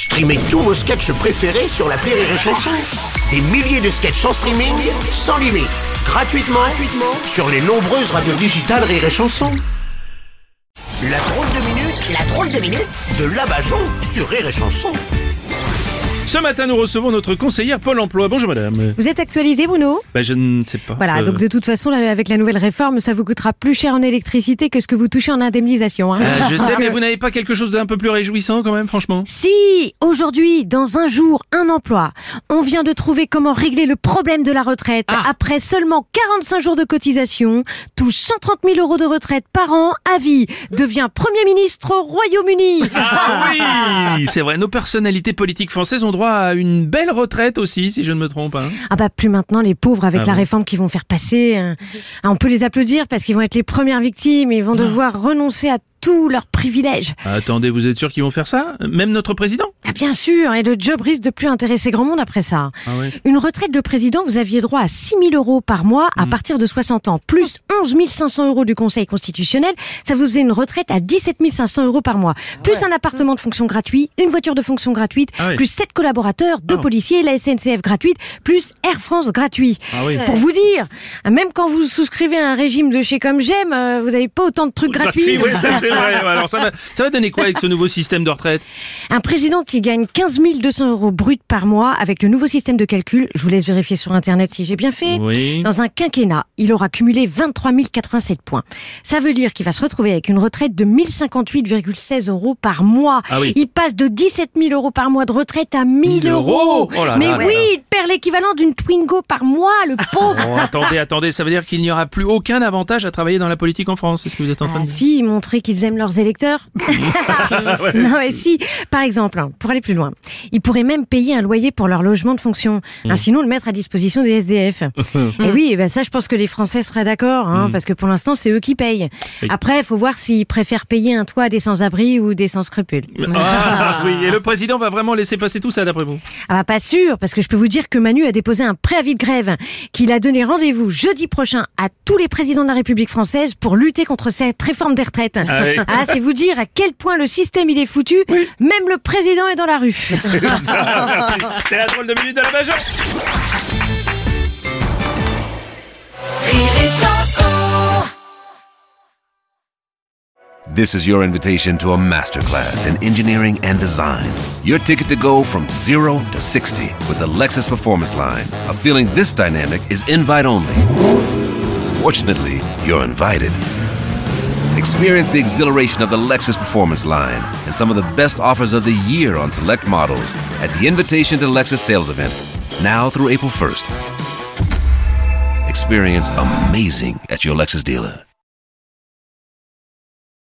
Streamez tous vos sketchs préférés sur l'appli Rire et Chanson. Des milliers de sketchs en streaming, sans limite, gratuitement sur les nombreuses radios digitales Rire et Chanson. La drôle de minute de Labajon sur Rire et Chanson. Ce matin, nous recevons notre conseillère Pôle emploi. Bonjour madame. Vous êtes actualisé, Bruno ? Je ne sais pas. Voilà, donc de toute façon, là, avec la nouvelle réforme, ça vous coûtera plus cher en électricité que ce que vous touchez en indemnisation. Je sais, mais vous n'avez pas quelque chose d'un peu plus réjouissant quand même, franchement ? Si, aujourd'hui, dans un jour, un emploi, on vient de trouver comment régler le problème de la retraite. Après seulement 45 jours de cotisation, touche 130 000 euros de retraite par an à vie, devient Premier ministre au Royaume-Uni. Ah oui, c'est vrai, nos personnalités politiques françaises ont droit à une belle retraite aussi, si je ne me trompe. Plus maintenant, les pauvres, avec la réforme qu'ils vont faire passer, on peut les applaudir parce qu'ils vont être les premières victimes et ils vont devoir renoncer à tous leurs privilèges. Attendez, vous êtes sûr qu'ils vont faire ça ? Même notre président ? Bien sûr, et le job risque de plus intéresser grand monde après ça. Une retraite de président, vous aviez droit à 6 000 euros par mois à partir de 60 ans, plus 11 500 euros du Conseil constitutionnel, ça vous faisait une retraite à 17 500 euros par mois, plus un appartement de fonction gratuit, une voiture de fonction gratuite, plus 7 collaborateurs, 2 policiers, la SNCF gratuite, plus Air France gratuit. Pour vous dire, même quand vous souscrivez à un régime de chez Comme J'aime, vous n'avez pas autant de trucs gratuits. Oui, ça c'est vrai. Alors ça va donner quoi avec ce nouveau système de retraite ? Un président qui gagne 15 200 euros bruts par mois avec le nouveau système de calcul, je vous laisse vérifier sur internet si j'ai bien fait, dans un quinquennat, il aura cumulé 23 087 points. Ça veut dire qu'il va se retrouver avec une retraite de 1058,16 euros par mois. Il passe de 17 000 euros par mois de retraite à 1 000 euros. Il perd l'équivalent d'une Twingo par mois, le pauvre. Attendez, ça veut dire qu'il n'y aura plus aucun avantage à travailler dans la politique en France, c'est ce que vous êtes en train de dire ? Si, montrer qu'ils aiment leurs électeurs. Non, mais si, par exemple, pour aller plus loin, ils pourraient même payer un loyer pour leur logement de fonction, sinon le mettre à disposition des SDF. Et oui, ça je pense que les Français seraient d'accord, parce que pour l'instant c'est eux qui payent. Après, il faut voir s'ils préfèrent payer un toit à des sans-abri ou des sans-scrupules. Et le président va vraiment laisser passer tout ça d'après vous ? Pas sûr, parce que je peux vous dire que Manu a déposé un préavis de grève, qu'il a donné rendez-vous jeudi prochain à tous les présidents de la République française pour lutter contre cette réforme des retraites. C'est vous dire à quel point le système il est foutu, même le président est dans la rue. C'est ça, merci. C'est la drôle de minute de Labajon. This is your invitation to a masterclass in engineering and design. Your ticket to go from 0 to 60 with the Lexus Performance Line. A feeling this dynamic is invite only. Fortunately, you're invited. Experience the exhilaration of the Lexus Performance Line and some of the best offers of the year on select models at the Invitation to Lexus sales event, now through April 1st. Experience amazing at your Lexus dealer.